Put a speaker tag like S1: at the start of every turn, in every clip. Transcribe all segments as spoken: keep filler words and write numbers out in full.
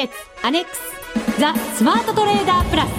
S1: 月アネックスザ・スマートトレーダープラス。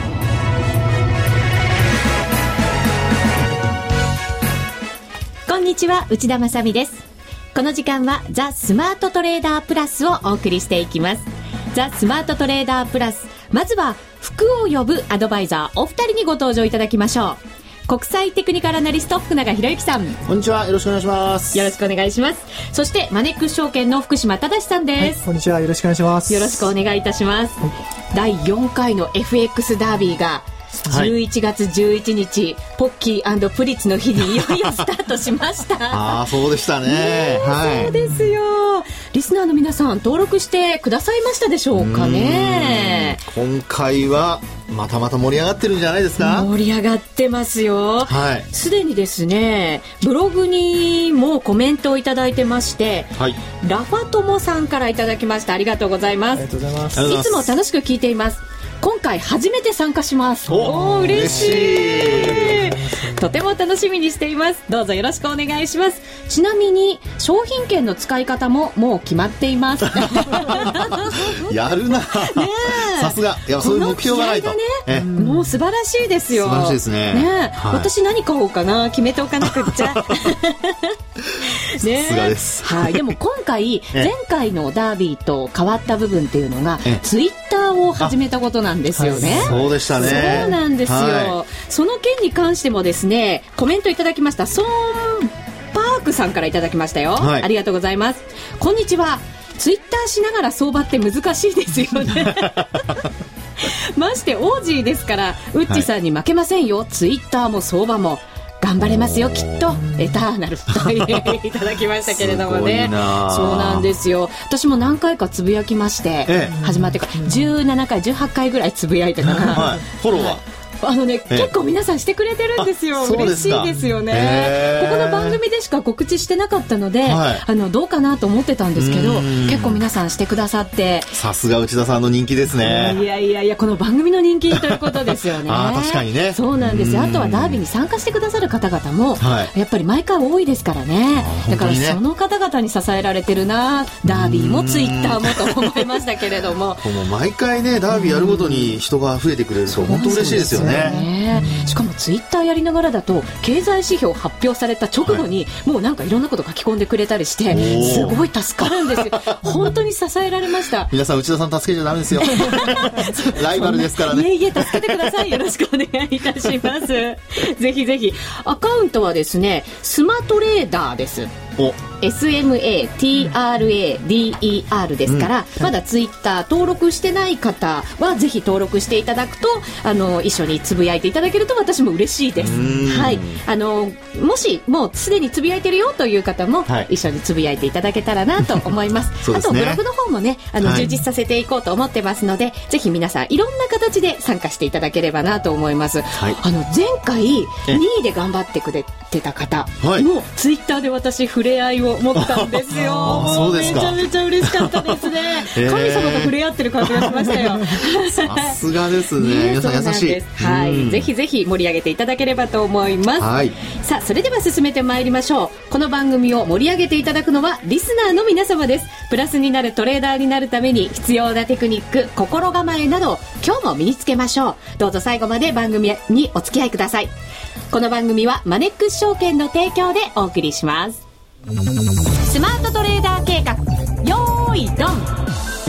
S1: こんにちは、内田まさみです。この時間はザ・スマートトレーダープラスをお送りしていきます。ザ・スマートトレーダープラス、まずは福を呼ぶアドバイザーお二人にご登場いただきましょう。国際テクニカルアナリスト福永博之さん、
S2: こんにちは、よろしくお願いします。
S1: よろしくお願いします。そしてマネックス証券の福島正さんです、
S3: はい、こんにちは、よろしくお願いします。
S1: よろしくお願いいたします、はい、だいよんかいの エフエックス ダービーがじゅういちがつじゅういちにち、はい、ポッキー&プリッツの日にいよいよスタートしました
S2: ああ、そうでしたね。ね、
S1: はい、そうですよ。リスナーの皆さん登録してくださいましたでしょうかね。
S2: 今回はまたまた盛り上がってるんじゃないですか。
S1: 盛り上がってますよ。すで、はい、にですね、ブログにもコメントをいただいてまして、はい、ラファトモさんからいただきました。ありがとうございます。
S3: ありがとうございます。
S1: いつも楽しく聞いています。今回初めて参加します。おー、嬉しい。とても楽しみにしています。どうぞよろしくお願いします。ちなみに商品券の使い方ももう決まっています
S2: やるな、さすが。いや、そういう目標がないと、
S1: ね、もう素晴らしいですよ。
S2: 素晴らしいですね。
S1: ね、はい、私何買おうかな、決めておかなくっちゃ
S2: ね、さすがです、
S1: はい、でも今回前回のダービーと変わった部分っていうのがツイッターを始めたことなんですよね。
S2: そうでしたね。
S1: そうなんですよ、はい、その件に関してもですね、コメントいただきました。ソーンパークさんからいただきましたよ、はい、ありがとうございます。こんにちは。ツイッターしながら相場って難しいですよねましてオージーですから、ウッチさんに負けませんよ、はい、ツイッターも相場も頑張れますよ、きっとエターナルといただきましたけれどもね。そうなんですよ。私も何回かつぶやきまして、ええ、始まってからじゅうななかいじゅうはちかいぐらいつぶやいてたな、はい、
S2: フォローは、はい、
S1: あのね、結構皆さんしてくれてるんですよ。嬉しいですよね。ここの番組でしか告知してなかったので、はい、あのどうかなと思ってたんですけど、結構皆さんしてくださって、
S2: さすが内田さんの人気ですね。
S1: いやいやいや、この番組の人気ということですよね
S2: あ、確かにね。
S1: そうなんですよ。あとはダービーに参加してくださる方々も、はい、やっぱり毎回多いですからね。だからその方々に支えられてるな、ダービーもツイッターもと思いましたけれども
S2: もう毎回ね、ダービーやるごとに人が増えてくれると本当嬉しいですよね。
S1: ね、しかもツイッターやりながらだと経済指標発表された直後に、はい、もうなんかいろんなこと書き込んでくれたりしてすごい助かるんですよ本当に支えられました。
S2: 皆さん内田さん助けちゃダメですよライバルですからね。
S1: いえいえ、助けてください。よろしくお願いいたしますぜひぜひ。アカウントはですね、スマトレーダーです。お エスエムエーティーアールエーディーイーアール ですから、うん、まだツイッター登録してない方はぜひ登録していただくと、あの一緒につぶやいていただけると私も嬉しいです。はい、あのもしもうすでにつぶやいてるよという方も、はい、一緒につぶやいていただけたらなと思います
S2: そうですね、
S1: あとブログの方もね、あの、はい、充実させていこうと思ってますので、ぜひ皆さんいろんな形で参加していただければなと思います。はい、あの前回にいで頑張ってくれてた方のツイッターで私触れ合いを持ったんですよ
S2: そうですか。
S1: めちゃめちゃ嬉しかったですね神様と触れ合ってる感じがしましたよ
S2: さすがですね皆さん優しい。
S1: はい、ぜひぜひ盛り上げていただければと思います。はい、さあそれでは進めてまいりましょう。この番組を盛り上げていただくのはリスナーの皆様です。プラスになるトレーダーになるために必要なテクニック、心構えなど今日も身につけましょう。どうぞ最後まで番組にお付き合いください。この番組はマネックス証券の提供でお送りします。スマートトレーダー計画、よーいドン。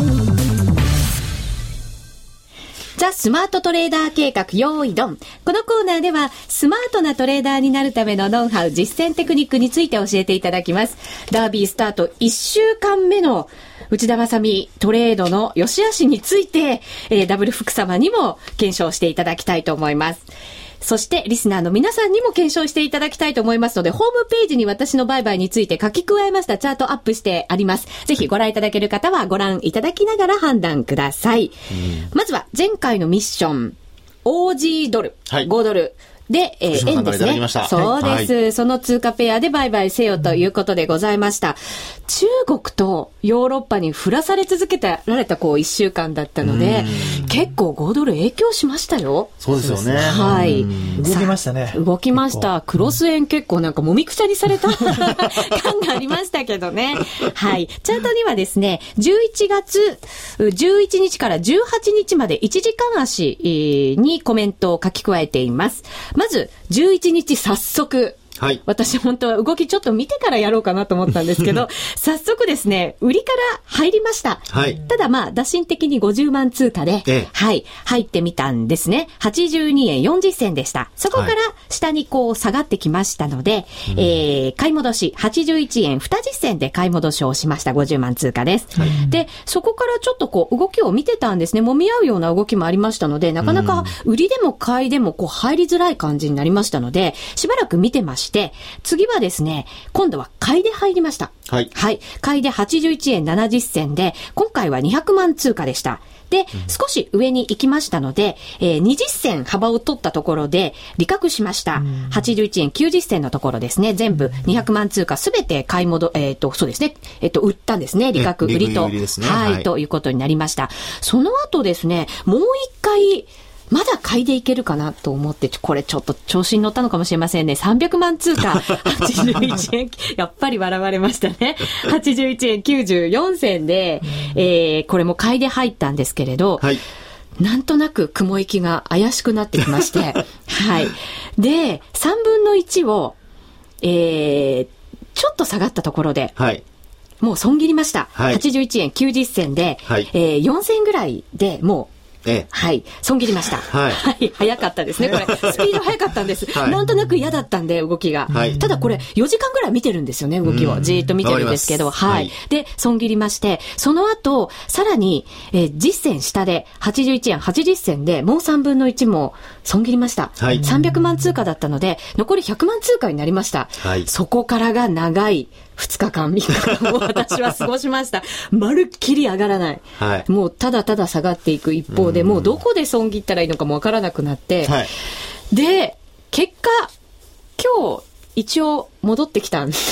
S1: ザ・スマートトレーダー計画、よーいドン。このコーナーではスマートなトレーダーになるためのノウハウ、実践テクニックについて教えていただきます。ダービースタートいっしゅうかんめの内田まさみトレードの良し悪しについて、えー、ダブル福様にも検証していただきたいと思います。そしてリスナーの皆さんにも検証していただきたいと思いますので、ホームページに私の売買について書き加えましたチャートアップしてあります。ぜひご覧いただける方はご覧いただきながら判断ください。まずは前回のミッション オージー ドル、はい、ごドルで、えー、円ですね。そうです、はい。その通貨ペアで売買せよということでございました。中国とヨーロッパに振らされ続けてられたこういっしゅうかんだったので、結構ごドル影響しましたよ。
S2: そうですよね。
S1: はい。
S3: 動きましたね。
S1: 動きました。クロス円結構なんかもみくちゃにされた感がありましたけどね。はい。チャートにはですね、じゅういちがつじゅういちにちからじゅうはちにちまでいちじかん足にコメントを書き加えています。まずじゅういちにち早速、はい、私本当は動きちょっと見てからやろうかなと思ったんですけど早速ですね売りから入りました、はい、ただまあ打診的にごじゅうまん通貨で、ええ、はい入ってみたんですね。はちじゅうにえんよんじゅっせんでした。そこから下にこう下がってきましたので、はい、えー、買い戻しはちじゅういちえんにじゅっせんで買い戻しをしました。ごじゅうまん通貨です、はい、でそこからちょっとこう動きを見てたんですね。もみ合うような動きもありましたので、なかなか売りでも買いでもこう入りづらい感じになりましたので、しばらく見てまして、次はですね、今度は買いで入りました。はい。はい。買いではちじゅういちえんななじゅっせんで、今回はにひゃくまん通貨でした。で、うん、少し上に行きましたので、えー、にじゅっせん幅を取ったところで、利確しました。うん、はちじゅういちえんきゅうじゅっせんのところですね。全部にひゃくまん通貨すべて買い戻、えっと、そうですね。えっと、売ったんですね。利確、売りと。売りですね、はい、はい。ということになりました。その後ですね、もう一回、まだ買いでいけるかなと思って、これちょっと調子に乗ったのかもしれませんね。さんびゃくまん通貨、はちじゅういちえん、やっぱり笑われましたね。はちじゅういちえんきゅうじゅうよんせんで、えー、これも買いで入ったんですけれど、はい、なんとなく雲行きが怪しくなってきまして、はい。で、さんぶんのいちを、えー、ちょっと下がったところで、はい、もう損切りました。はい、はちじゅういちえんきゅうじゅっせんで、はい、えー、よんせんぐらいでもう、ええ、はい。損切りました。はい。はい。早かったですね。これ、スピード早かったんです。はい、なんとなく嫌だったんで、動きが。はい。ただこれ、よじかんぐらい見てるんですよね、動きを。じーっと見てるんですけど、はい、はい。で、損切りまして、その後、さらに、えー、実践下で、はちじゅういちえんはちじゅっせんで、もうさんぶんのいちも損切りました。はい。さんびゃくまん通貨だったので、残りひゃくまん通貨になりました。はい。そこからが長い、ふつかかんみっかかんを私は過ごしました。まるっきり上がらない、はい、もうただただ下がっていく一方で、もうどこで損切ったらいいのかもわからなくなって、はい、で結果今日一応戻ってきたので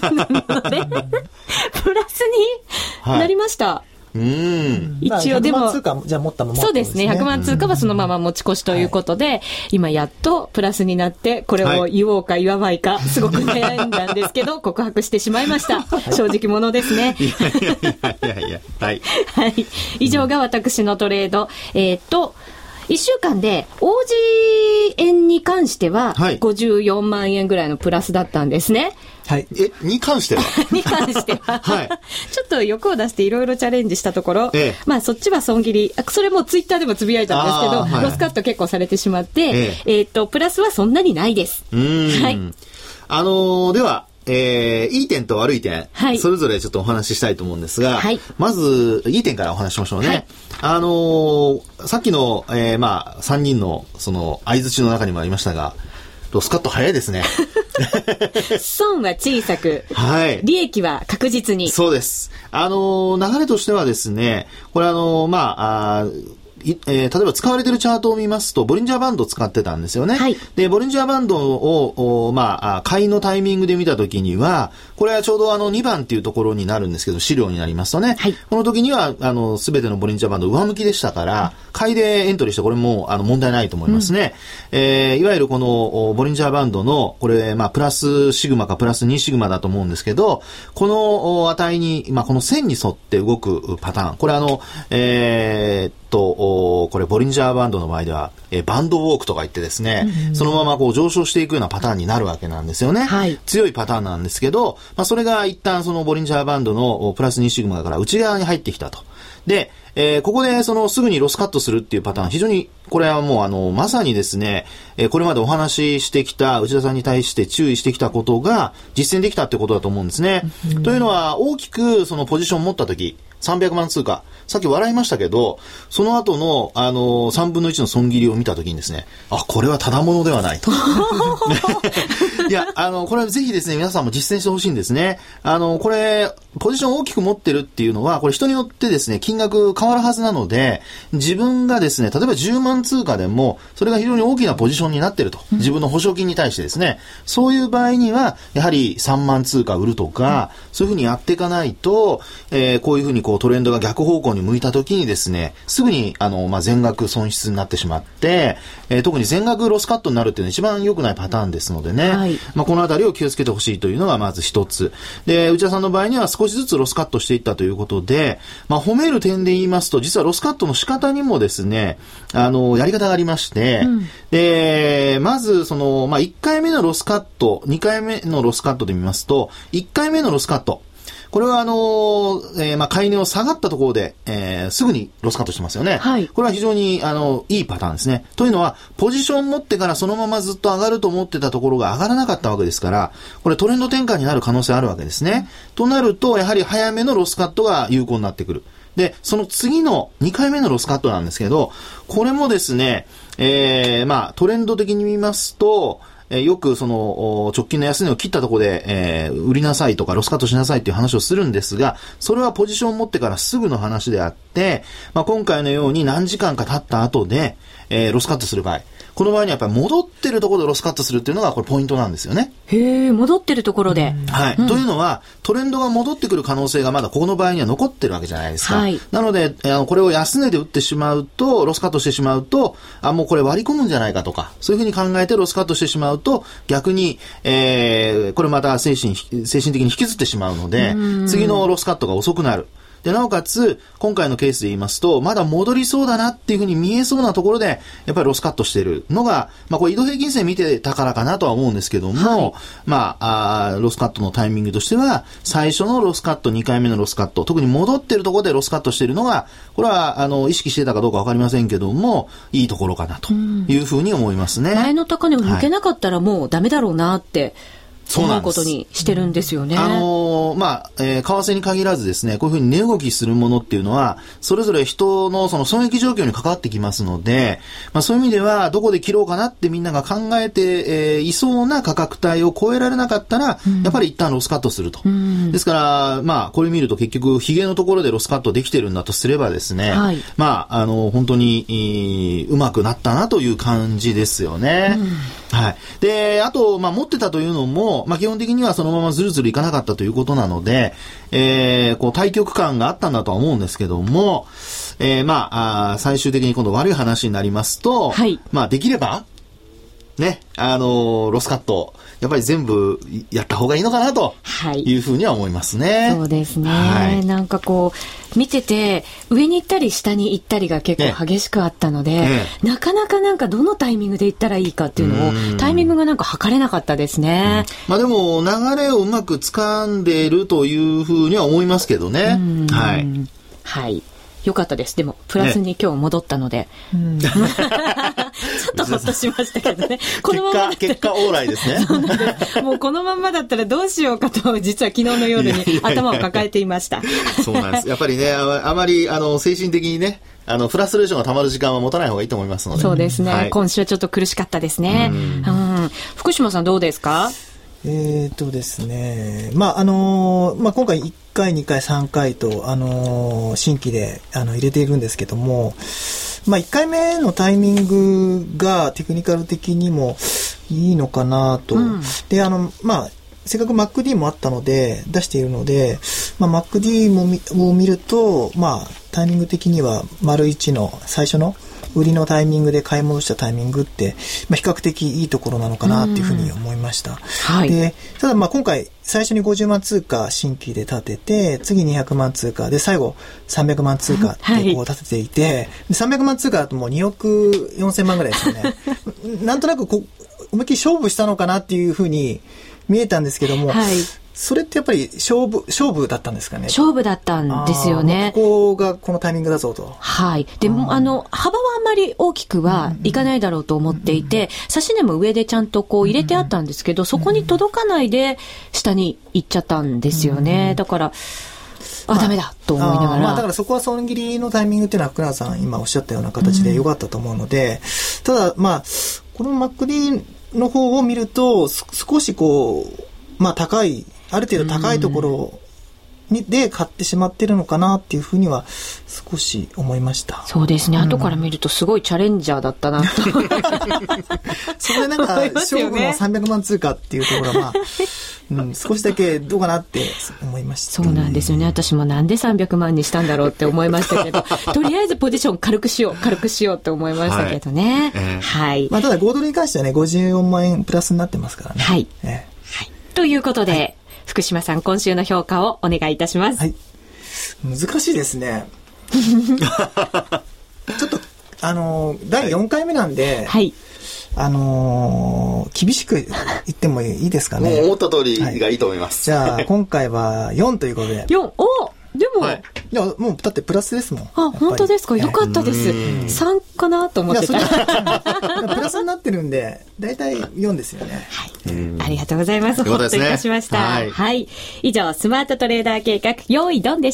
S1: プラスになりました、はい、うん一応でも、
S3: ひゃくまん通貨じゃ持ったまま、
S1: そうですね、ひゃくまん通貨はそのまま持ち越しということで、はい、今やっとプラスになってこれを言おうか言わないかすごく悩んだんですけど、はい、告白してしまいました。正直者ですね。いやいやいやいやいや、はい、はい、以上が私のトレード、えー、っといっしゅうかんで オージー 円に関してはごじゅうよんまんえんぐらいのプラスだったんですね。
S2: はい。え、に関しては
S1: に関しては。はい。ちょっと欲を出していろいろチャレンジしたところ、ええ、まあそっちは損切り、それもツイッターでもつぶやいたんですけど、はい、ロスカット結構されてしまって、えええー、っと、プラスはそんなにないです。
S2: うーん。はい。あのー、では、えー、いい点と悪い点、はい、それぞれちょっとお話ししたいと思うんですが、はい、まずいい点からお話ししましょうね。はい、あのー、さっきの、えー、まあさんにんのその相槌の中にもありましたが、ロスカット早いですね。
S1: 損は小さく、はい、利益は確実に。
S2: そうです。あのー、流れとしてはですね、これあのー、まあ、あえー、例えば使われているチャートを見ますとボリンジャーバンドを使ってたんですよね、はい、でボリンジャーバンドを、まあ、買いのタイミングで見たときにはこれはちょうどあのにばんっていうところになるんですけど、資料になりますとね、はい、この時にはあの全てのボリンジャーバンド上向きでしたから、うん、買いでエントリーしてこれもあの問題ないと思いますね、うん、えー、いわゆるこのボリンジャーバンドのこれ、まあ、プラスシグマかプラスにシグマだと思うんですけど、この値に、まあ、この線に沿って動くパターン、これあの、えーとこれボリンジャーバンドの場合では、えー、バンドウォークとか言ってですね、うんうん、そのままこう上昇していくようなパターンになるわけなんですよね、はい、強いパターンなんですけど、まあ、それが一旦そのボリンジャーバンドのプラスにシグマから内側に入ってきたと。で、えー、ここでそのすぐにロスカットするっていうパターン、非常にこれはもうあのまさにですね、えー、これまでお話ししてきた内田さんに対して注意してきたことが実践できたってことだと思うんですね、うん、というのは大きくそのポジションを持った時、 さんびゃくまん通貨。さっき笑いましたけど、その後の、あの、さんぶんのいちの損切りを見たときにですね、あ、これはただものではないと。いや、あの、これはぜひですね、皆さんも実践してほしいんですね。あの、これ、ポジションを大きく持ってるっていうのは、これ人によってですね、金額変わるはずなので、自分がですね、例えばじゅうまん通貨でも、それが非常に大きなポジションになってると。自分の保証金に対してですね、そういう場合には、やはりさんまん通貨売るとか、そういうふうにやっていかないと、えー、こういうふうにこうトレンドが逆方向に向いたときにですね、すぐに、あの、まあ、全額損失になってしまって、えー、特に全額ロスカットになるっていうのは一番良くないパターンですのでね、はい、まあ、このあたりを気をつけてほしいというのがまず一つ。で、内田さんの場合には少しずつロスカットしていったということで、まあ、褒める点で言いますと、実はロスカットの仕方にもですね、あの、やり方がありまして、うん、で、まず、その、まあ、いっかいめのロスカット、にかいめのロスカットで見ますと、いっかいめのロスカット、これはあのー、えー、まあ、買い値を下がったところで、えー、すぐにロスカットしてますよね。はい。これは非常に、あの、いいパターンですね。というのは、ポジション持ってからそのままずっと上がると思ってたところが上がらなかったわけですから、これトレンド転換になる可能性あるわけですね。うん、となると、やはり早めのロスカットが有効になってくる。で、その次のにかいめのロスカットなんですけど、これもですね、えー、まあ、トレンド的に見ますと、えー、よくその直近の安値を切ったところで、えー、売りなさいとかロスカットしなさいっていう話をするんですが、それはポジションを持ってからすぐの話であって、まあ、今回のように何時間か経った後で、えー、ロスカットする場合、この場合にはやっぱり戻ってるところでロスカットするっていうのがこれポイントなんですよね。
S1: へえ、戻ってるところで。
S2: はい、うん。というのは、トレンドが戻ってくる可能性がまだここの場合には残ってるわけじゃないですか。はい、なので、あの、これを安値で売ってしまうと、ロスカットしてしまうと、あ、もうこれ割り込むんじゃないかとか、そういうふうに考えてロスカットしてしまうと、逆に、えー、これまた精神、精神的に引きずってしまうので、次のロスカットが遅くなる。で、なおかつ、今回のケースで言いますと、まだ戻りそうだなっていうふうに見えそうなところで、やっぱりロスカットしているのが、まあこれ移動平均線見てたからかなとは思うんですけども、はい、まあ、あロスカットのタイミングとしては、最初のロスカット、にかいめのロスカット、特に戻っているところでロスカットしているのが、これは、あの、意識してたかどうかわかりませんけども、いいところかなというふうに思いますね。
S1: 前の高値を抜けなかったらもうダメだろうなって、はいそういうことにしてるんですよね。
S2: あのー、まあ、えー、為替に限らずですね、こういうふうに値動きするものっていうのは、それぞれ人のその損益状況に関わってきますので、まあそういう意味では、どこで切ろうかなってみんなが考えて、えー、いそうな価格帯を超えられなかったら、うん、やっぱり一旦ロスカットすると。うん、ですから、まあ、これ見ると結局、ヒゲのところでロスカットできてるんだとすればですね、はい、まあ、あの、本当に、うまくなったなという感じですよね。うんはい。で、あと、まあ、持ってたというのも、まあ、基本的にはそのままずるずるいかなかったということなので、えー、こう、対局感があったんだとは思うんですけども、えー、まあ、あ最終的に今度悪い話になりますと、はい。まあ、できれば、ね、あのー、ロスカット、やっぱり全部やった方がいいのかなというふうには思いますね。
S1: はい、そうですね、はい。なんかこう、見てて、上に行ったり下に行ったりが結構激しくあったので、ねね、なかなかなんかどのタイミングで行ったらいいかっていうのを、タイミングがなんか測れなかったですね。
S2: まあでも、流れをうまく掴んでいるというふうには思いますけどね。はい。
S1: はい。よかったです。でも、プラスに今日戻ったので。ね、ちょっとほっとしましたけどね。
S2: このままだったら結果、結果オーライですね。
S1: すもうこのままだったらどうしようかと、実は昨日の夜に頭を抱えていました。
S2: そうなんです。やっぱりね、あまり、あの、精神的にね、あの、フラストレーションが溜まる時間は持たない方がいいと思いますので。
S1: そうですね。はい、今週はちょっと苦しかったですね。うんうん福島さんどうですか？
S3: えーとですね、まああのーまあ、今回いっかいにかいさんかいと、あのー、新規であの入れているんですけども、まあ、いっかいめのタイミングがテクニカル的にもいいのかなと、うん、であのまあせっかく マックディー もあったので出しているので、まあ、マックディー もみを見ると、まあ、タイミング的には丸いちの最初の売りのタイミングで買い戻したタイミングって、まあ、比較的いいところなのかなっていうふうに思いました。はい、でただまあ今回最初にごじゅうまん通貨新規で立てて、次にひゃくまん通貨で最後さんびゃくまん通貨でこう立てていて、はい、さんびゃくまん通貨だともうにおくよんせんまんぐらいですよね。なんとなくこう思いっきり勝負したのかなっていうふうに見えたんですけども、はい、それってやっぱり勝負勝負だったんですかね。
S1: 勝負だったんですよね。
S3: ここがこのタイミングだぞと。
S1: はい。でも、うん、あの幅はあんまり大きくはいかないだろうと思っていて、うんうん、指し値も上でちゃんとこう入れてあったんですけど、うんうん、そこに届かないで下に行っちゃったんですよね。うんうん、だからあ、ダメだと思いながら。
S3: まあ、だからそこは損切りのタイミングっていうのは福永さん今おっしゃったような形で良かったと思うので、うん、ただまあこの マックディー の方を見ると少しこうまあ高いある程度高いところにで買ってしまってるのかなっていうふうには少し思いました。
S1: そうですね、うん、後から見るとすごいチャレンジャーだったなと
S3: それでなんか勝負のさんびゃくまん通貨っていうところはまあうん、少しだけどうかなって思いました。
S1: そうなんですよね。私もなんでさんびゃくまんにしたんだろうって思いましたけどとりあえずポジション軽くしよう軽くしようって思いましたけどね。はい、えーはい、
S3: まあ、ただごドルに関してはねごじゅうよんまんえんプラスになってますからね。
S1: はい、
S3: えー
S1: はい、ということで、はい、福島さん今週の評価をお願いいたします。
S3: はい、難しいですねちょっとあのだいよんかいめなんで、はい、あのー、厳しく言ってもいいですかね。
S2: もう思った通りがいいと思います。
S3: はい、じゃあ今回はよんということで。
S1: よん、おでも、はい、
S3: いやもうだってプラスですもん。
S1: あ、本当ですか。よかったです。さんかなと思ってた。
S3: プラスになってるんでだいたいよんですよね。
S1: はい、ありがとうございます。ほっといたしました。はい、はい、以上スマートトレーダー計画用意ドンでした。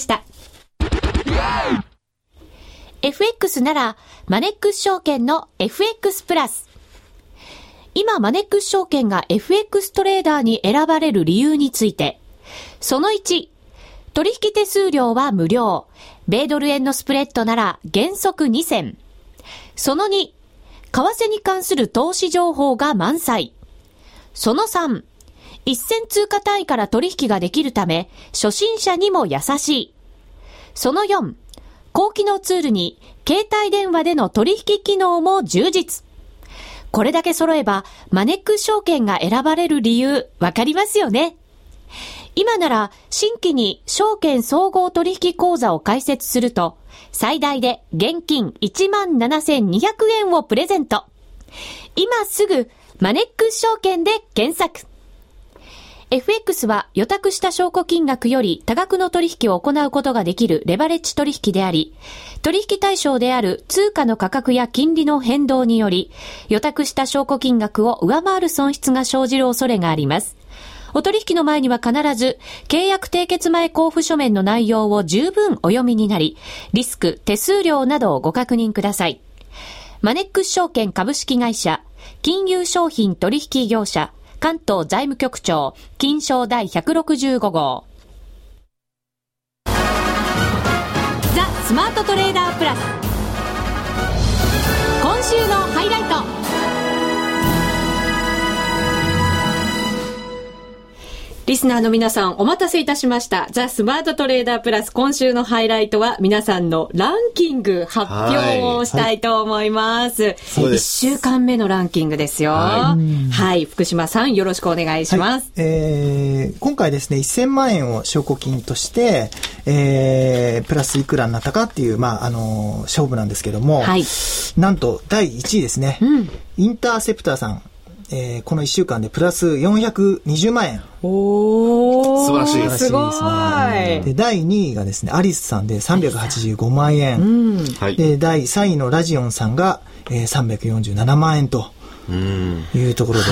S1: エフエックス ならマネックス証券の エフエックス プラス。今マネックス証券が エフエックス トレーダーに選ばれる理由について。そのいち、取引手数料は無料。米ドル円のスプレッドなら原則に銭。そのに、為替に関する投資情報が満載。そのさん、一銭通貨単位から取引ができるため、初心者にも優しい。そのよん、高機能ツールに携帯電話での取引機能も充実。これだけ揃えばマネックス証券が選ばれる理由わかりますよね。今なら新規に証券総合取引口座を開設すると最大で現金 いちまんななせんにひゃくえんをプレゼント。今すぐマネックス証券で検索。エフエックス は予託した証拠金額より多額の取引を行うことができるレバレッジ取引であり、取引対象である通貨の価格や金利の変動により、予託した証拠金額を上回る損失が生じる恐れがあります。お取引の前には必ず、契約締結前交付書面の内容を十分お読みになり、リスク、手数料などをご確認ください。マネックス証券株式会社、金融商品取引業者、関東財務局長金商第ひゃくろくじゅうご号。ザ・スマートトレーダープラス、今週のハイライト。リスナーの皆さんお待たせいたしました。ザ・スマートトレーダープラス、今週のハイライトは皆さんのランキング発表をしたいと思います。はいはい、いっしゅうかんめのランキングですよ。はい、はい、福島さんよろしくお願いします。はい、
S3: えー、今回ですねせんまんえんを証拠金として、えー、プラスいくらになったかっていう、まあ、あのー、勝負なんですけども、はい、なんとだいいちいですね、うん、インターセプターさん、えー、このいっしゅうかんでプラスよんひゃくにじゅうまんえん。
S1: おー、
S2: 素晴らしい。
S1: 素晴らしいです
S3: ね。で、だいにいがですね、アリスさんでさんびゃくはちじゅうごまんえん。うん、で、だいさんいのラジオンさんが、えー、さんびゃくよんじゅうななまんえんというところです。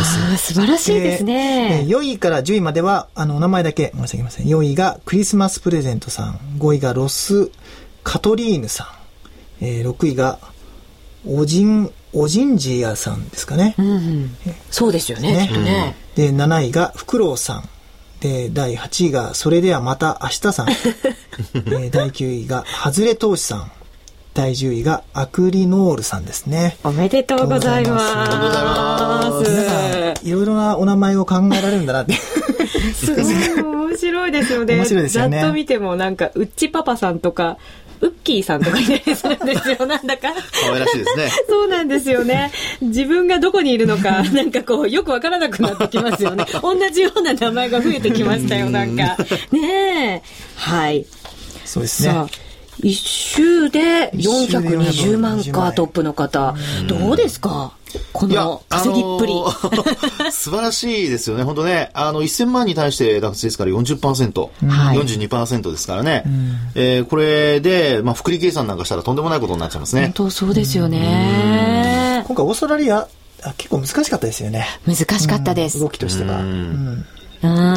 S1: 素晴らしいですね。
S3: えー、よんいからじゅういまでは、あの、お名前だけ申し上げません。よんいがクリスマスプレゼントさん。ごいがロスカトリーヌさん。えー、ろくいがオジン、オジンジアさんですかね。うんうん、
S1: そうですよね。ね、きっとね。
S3: で、なないがフクロウさん。で、だいはちいがそれではまた明日さん。で、だいきゅういがハズレ投資さん。だいじゅういがアクリノールさんですね。
S1: おめでとうございます。
S2: おめでとうございます。
S3: 皆さんいろいろなお名前を考えられるんだなって。
S1: すごい面白いですよね。
S3: 面白いですよね。
S1: ざっと見てもなんかウッチパパさんとかウッキーさんとかいたりするんですよ。なんだか
S2: 可愛らしいですね。
S1: そうなんですよね。自分がどこにいるのかなんかこうよくわからなくなってきますよね。同じような名前が増えてきましたよ。なんかねえ、はい。
S3: そうですね。さあ
S1: 一周でよんひゃくにじゅうまんか、トップの方。どうですかこの稼ぎっぷり。
S2: あのー、素晴らしいですよね。本当ね、あの、せんまんに対してダックスですから よんじゅっパーセント、はい、よんじゅうにパーセント ですからね。うん、えー、これで、まあ、複利計算なんかしたらとんでもないことになっちゃいますね。
S1: 本当そうですよね。
S3: 今回オーストラリア、あ結構難しかったですよね。
S1: 難しかったです。
S3: うん、動きとしては。うん
S1: うん、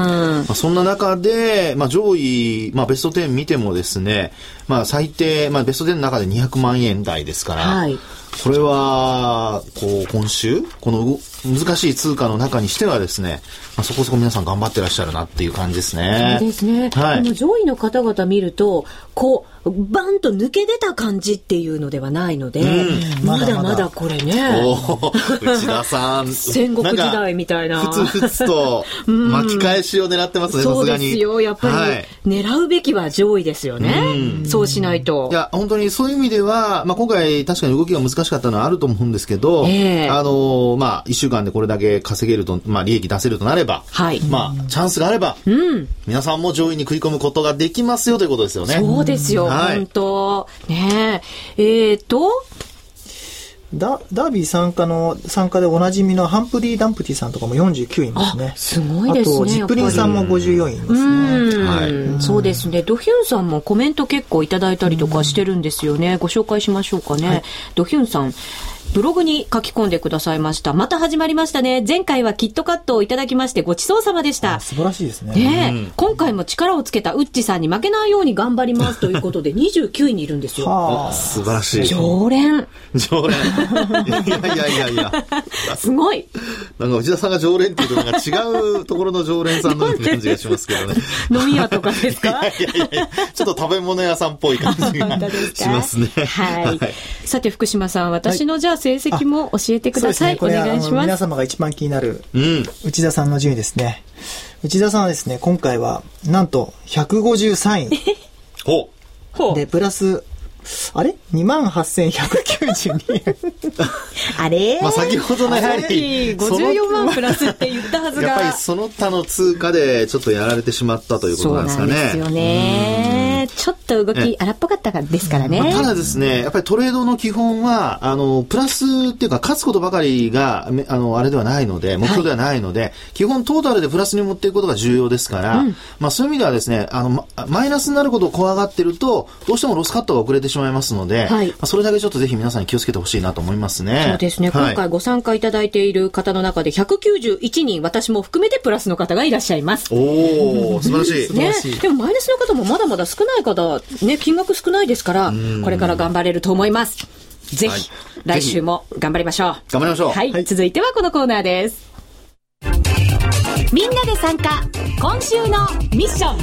S2: あ、そんな中で、まあ、上位、まあ、ベストじゅう見てもですね、まあ、最低、まあ、ベストじゅうの中でにひゃくまんえん台ですから、はい、これは、こう、今週、この難しい通貨の中にしてはですね、まあ、そこそこ皆さん頑張ってらっしゃるなっていう感じですね。
S1: そうですね。はい、この上位の方々見ると、こう、バンと抜け出た感じっていうのではないので、うん、まだまだこれね。
S2: お内田さん。
S1: 戦国時代みたいな。
S2: ふつふつと巻き返しを狙ってますね、さすがに。
S1: そうですよ。やっぱり、はい、狙うべきは上位ですよね。うん、そうしないと。
S2: いや、本当にそういう意味では、まあ、今回確かに動きが難しかったのはあると思うんですけど、えー、あの、まあ、いっしゅうかんでこれだけ稼げると、まあ、利益出せるとなれば、はい、まあ、チャンスがあれば、うん、皆さんも上位に食い込むことができますよということですよね。
S1: そうですよ。はい、本当ねえ。えーと、
S3: ダ, ダービー参加の参加でおなじみのハンプリー・ダンプティさんとかもよんじゅうきゅういですね。
S1: すごいですね。
S3: あとジップリンさんもごじゅうよんいですね。
S1: うん、はい、そうですね。ドヒュンさんもコメント結構いただいたりとかしてるんですよね。ご紹介しましょうかね。はい、ドヒュンさん。ブログに書き込んでくださいました。また始まりましたね。前回はキットカットをいただきましてごちそうさまでした。
S3: 素晴らしいですね。
S1: ねえ、うん、今回も力をつけたウッチさんに負けないように頑張りますということでにじゅうきゅういにいるんですよ。
S2: はあ、素晴らしい。
S1: 常連。
S2: 常連。いやいやいやいや。
S1: すごい。
S2: なんか内田さんが常連っていうとなんか違うところの常連さんのような感じがしますけどね。
S1: 飲み屋とかですか？いや
S2: いやいや、ちょっと食べ物屋さんっぽい感じがしますね。
S1: はい。はい、さて福島さん、私のじゃあ成績も教えてください。
S3: はい、
S1: お願いします。
S3: 皆様が一番気になる内田さんの順位ですね。内田さんはですね、今回はなんとひゃくごじゅうさんい
S2: ほ
S3: うでプラスあれ にまんはっせんひゃくきゅうじゅうにえん
S1: あれ、
S2: まあ、先ほどのやはり
S1: ごじゅうよんまんプラスって言ったはずが
S2: やっぱりその他の通貨でちょっとやられてしまったということなんですかね。
S1: そうなんですよね。ちょっと動き荒っぽかったからですからね。
S2: まあ、ただですね、やっぱりトレードの基本はあのプラスっていうか勝つことばかりがあのあれではないので、目標ではないので、はい、基本トータルでプラスに持っていくことが重要ですから、うん、まあ、そういう意味ではですね、あのマイナスになることを怖がってるとどうしてもロスカットが遅れてしまいますので、はい、まあ、それだけちょっとぜひ皆さんに気をつけてほしいなと思いますね。
S1: そうですね、はい、今回ご参加いただいている方の中でひゃくきゅうじゅういちにん、私も含めてプラスの方がいらっしゃいます。
S2: おー、素晴らしい、
S1: ね、でもマイナスの方もまだまだ少ない方、ね、金額少ないですからこれから頑張れると思います。ぜひ、はい、来週も頑張りましょう。
S2: 頑張りましょう。
S1: はい、はい、続いてはこのコーナーです。みんなで参加、今週のミッション。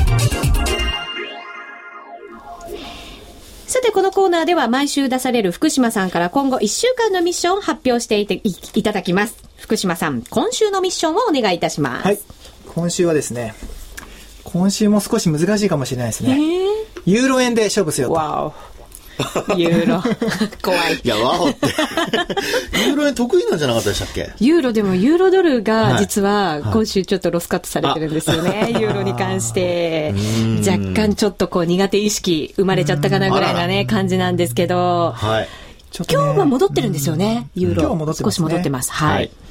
S1: さてこのコーナーでは毎週出される福島さんから今後いっしゅうかんのミッションを発表していて い, いただきます。福島さん、今週のミッションをお願いいたします。
S3: はい、今週はですね、今週も少し難しいかもしれないですね。ユーロ円で勝負せよと。
S1: わおユーロ怖い。
S2: いやワオってユーロ円得意なんじゃなかったでしたっけ。
S1: ユーロでもユーロドルが実は今週ちょっとロスカットされてるんですよね、はい、ユーロに関して若干ちょっとこう苦手意識生まれちゃったかなぐらいなね感じなんですけど、はい、ちょっとね、今日は戻ってるんですよね、ユーロ。
S3: 今日は戻ってますね。
S1: 少し戻ってます。はい。はい、
S3: うん、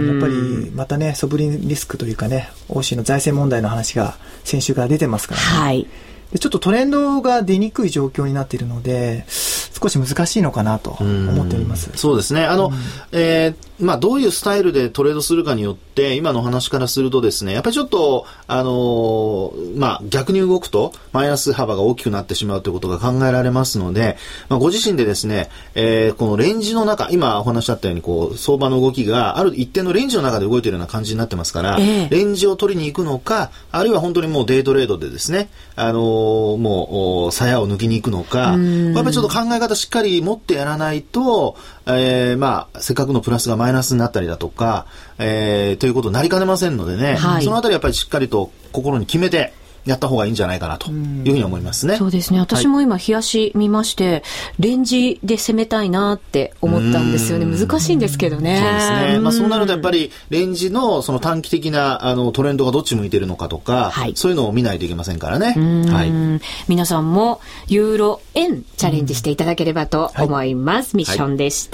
S3: やっぱりまたね、ソブリンリスクというかね、欧州の財政問題の話が先週から出てますからね。はい。でちょっとトレンドが出にくい状況になっているので、少し難しいのかなと思っております。
S2: うそうですね。あの、うん、えー、まあどういうスタイルでトレードするかによって、今の話からするとですね、やっぱりちょっとあのー、まあ逆に動くとマイナス幅が大きくなってしまうということが考えられますので、まあご自身でですね、えー、このレンジの中、今お話しあったようにこう相場の動きがある一定のレンジの中で動いているような感じになってますから、えー、レンジを取りに行くのか、あるいは本当にもうデイトレードでですね、あのーもう鞘を抜きに行くのか、やっぱりちょっと考え方しっかり持ってやらないと、えー、まあせっかくのプラスがマイナスになったりだとか、えー、ということになりかねませんのでね、はい、そのあたりやっぱりしっかりと心に決めてやった方がいいんじゃないかなというふうに思いますね。
S1: そうですね。私も今冷やし見まして、はい、レンジで攻めたいなって思ったんですよね。難しいんですけどね。
S2: そうですね。まあそうなるとやっぱりレンジのその短期的なあのトレンドがどっち向いてるのかとか、はい、そういうのを見ないといけませんからね。はい。
S1: 皆さんもユーロ円チャレンジしていただければと思います。はい、ミッションでした。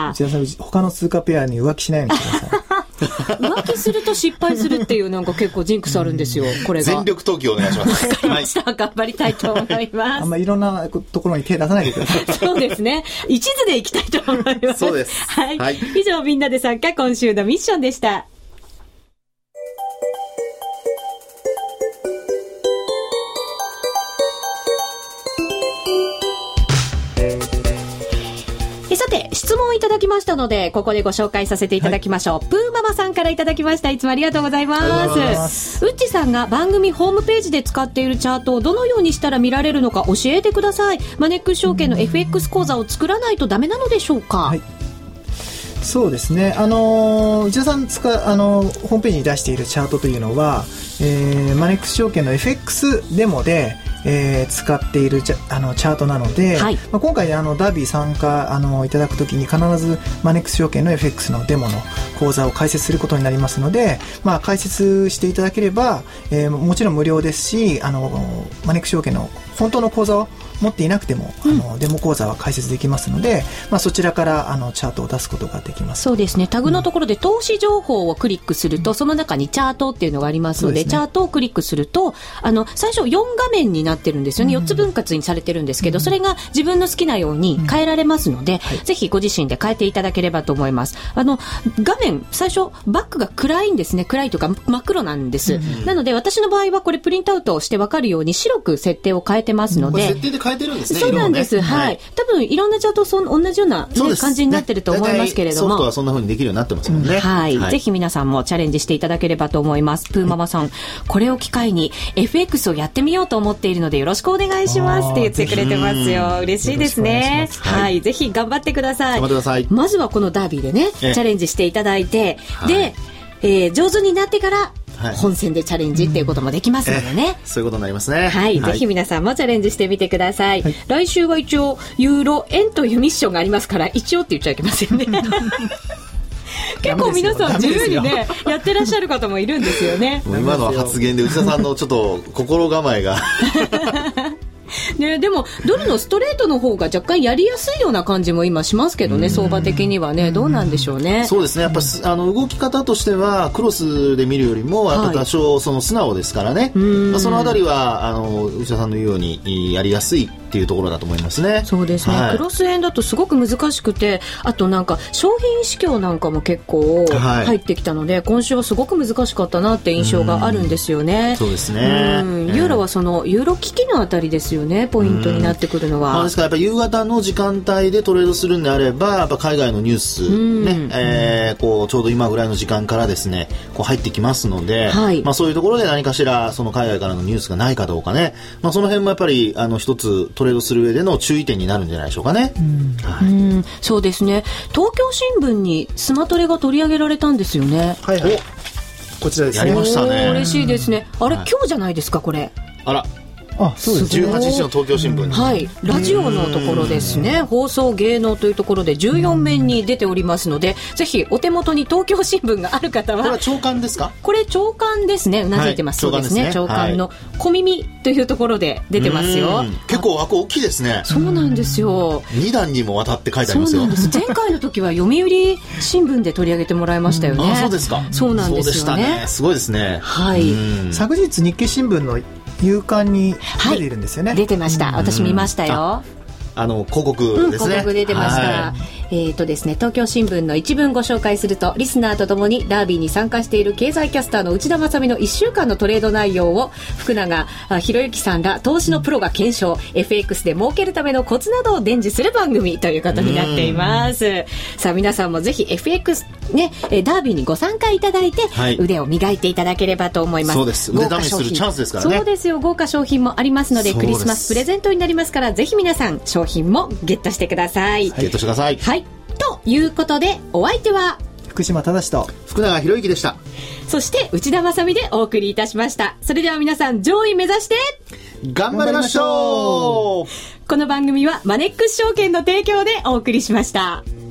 S3: 内田さん、他の通貨ペアに浮気しないようにしてください。
S1: 浮気すると失敗するっていうなんか結構ジンクスあるんですよ。これが
S2: 全力投球お願いします。
S1: わかりました、はい、頑張りたいと思います。
S3: あんまりいろんなところに手出さないでください。
S1: そうですね。一途でいきたいと思います。
S2: そうです。
S1: はい。はい、以上みんなで参加今週のミッションでした。 質問いただきましたので、ここでご紹介させていただきましょう。はい、プーママさんからいただきました。いつもありがとうございます。うっちさんが番組ホームページで使っているチャートをどのようにしたら見られるのか教えてください。マネックス証券の エフエックス 講座を作らないとダメなのでしょうか。はい、
S3: そうですね、あのー、内田さん使う、あのー、ホームページに出しているチャートというのは、えー、マネックス証券の エフエックス デモで、えー、使っているチ ャ, あのチャートなので、はい、まあ、今回あのダービー参加あのいただくときに必ずマネックス証券の エフエックス のデモの講座を開設することになりますので、まあ、開設していただければ、えー、もちろん無料ですし、あのマネックス証券の本当の講座を持っていなくても、うん、あのデモ講座は開設できますので、まあ、そちらからあのチャートを出すことができます。
S1: そうですね、タグのところで投資情報をクリックすると、うん、その中にチャートっていうのがありますの で, で、ね、チャートをクリックするとあの最初よん画面になってるんですよね、うん、よっつ分割にされてるんですけど、うん、それが自分の好きなように変えられますので、うん、はい、ぜひご自身で変えていただければと思います。あの画面最初バックが暗いんですね。暗いというか真っ黒なんです、うん、なので私の場合はこれプリントアウトをして分かるように白く設定を変えてますので、
S2: うん、設定で変えてるんですね。
S1: そうなんです、ね、はい、はい、多分いろんなチャートそ同じような、ね、感じになってると思いますけれども、
S2: ソフトはそんな風にできるようになってますもんね、うん、
S1: はい、
S2: はい、
S1: ぜひ皆さんもチャレンジしていただければと思います。プーママさん、これを機会に エフエックス をやってみようと思っているのでよろしくお願いしますって言ってくれてますよ。嬉しいですね。はい、はい、ぜひ頑張ってください。
S2: 頑張ってください。
S1: まずはこのダービーでねチャレンジしていただいて、はい、で、えー、上手になってから本戦でチャレンジっていうこともできますのでね、
S2: うん、そういうことになりますね。
S1: はい、はい、ぜひ皆さんもチャレンジしてみてください、はい、来週は一応ユーロ円というミッションがありますから、一応って言っちゃいけませんね結構皆さん自由にねやってらっしゃる方もいるんですよね。
S2: もう今の発言で内田さんのちょっと心構えが
S1: ね、でもドルのストレートの方が若干やりやすいような感じも今しますけどね、相場的にはねどうなんでしょうね。
S2: そうですね、やっぱあの動き方としてはクロスで見るよりもやっぱ多少その素直ですからね、はい、まあ、そのあたりはあの内田さんの言うようにやりやすいっていうところだと思いますね。
S1: そうですね、はい、クロス円だとすごく難しくて、あとなんか商品市況なんかも結構入ってきたので、はい、今週はすごく難しかったなって印象があるんですよね。
S2: そうですね、
S1: うん、ユーロはそのユーロ危機のあたりですよね、ポイントになってくるのは。
S2: まあ、ですからやっぱ夕方の時間帯でトレードするんであればやっぱ海外のニュース、ね、えー、こうちょうど今ぐらいの時間からですねこう入ってきますので、はい、まあ、そういうところで何かしらその海外からのニュースがないかどうかね、まあ、その辺もやっぱりあの一つトレードする上での注意点になるんじゃないでしょうかね。うん、はい、うん、
S1: そうですね、東京新聞にスマトレが取り上げられたんですよね。
S2: はい、はい、こちらですね、やりましたね。
S1: 嬉しいですね。あれ、はい、今日じゃないですかこれ。
S2: あら、
S3: あ、そうですね、
S2: じゅうはちにちの東京新聞、うん、
S1: はい、ラジオのところですね、放送芸能というところでじゅうよん面に出ておりますので、ぜひお手元に東京新聞がある方は。
S2: これは朝刊ですか？
S1: これ朝刊ですね、うなずいてます、はい、そうですね、朝刊の小耳というところで出てますよ。
S2: 結構枠大きいですね。
S1: そうなんですよ、
S2: に段にもわたって書いてありますよ。
S1: そうなんです。前回の時は読売新聞で取り上げてもらいましたよね。
S2: あ、そうですか。
S1: そうなんですよね。
S2: そうでしたね、すごいですね。
S1: はい、
S3: 昨日日経新聞の夕刊に出ているんですよね。
S1: はい、出てました。私見ましたよ。
S2: あの広告ですね、うん、広
S1: 告出てました、はい、えーとですね、東京新聞の一文ご紹介すると、リスナーとともにダービーに参加している経済キャスターの内田まさみのいっしゅうかんのトレード内容を福永博之さんら投資のプロが検証、 エフエックス で儲けるためのコツなどを伝授する番組ということになっています。さあ皆さんもぜひ エフエックス、ね、ダービーにご参加いただいて、はい、腕を磨いていただければと思います。
S2: そうです、腕試しするチャンスですからね。
S1: そうですよ、豪華商品もありますので、クリスマスプレゼントになりますから、ぜひ皆さん商品もゲットしてください。
S2: ゲットしてください。
S1: はい、ということでお相手は
S3: 福島正と
S2: 福永博之でした。
S1: そして内田まさみでお送りいたしました。それでは皆さん上位目指して
S2: 頑張りましょう。
S1: この番組はマネックス証券の提供でお送りしました。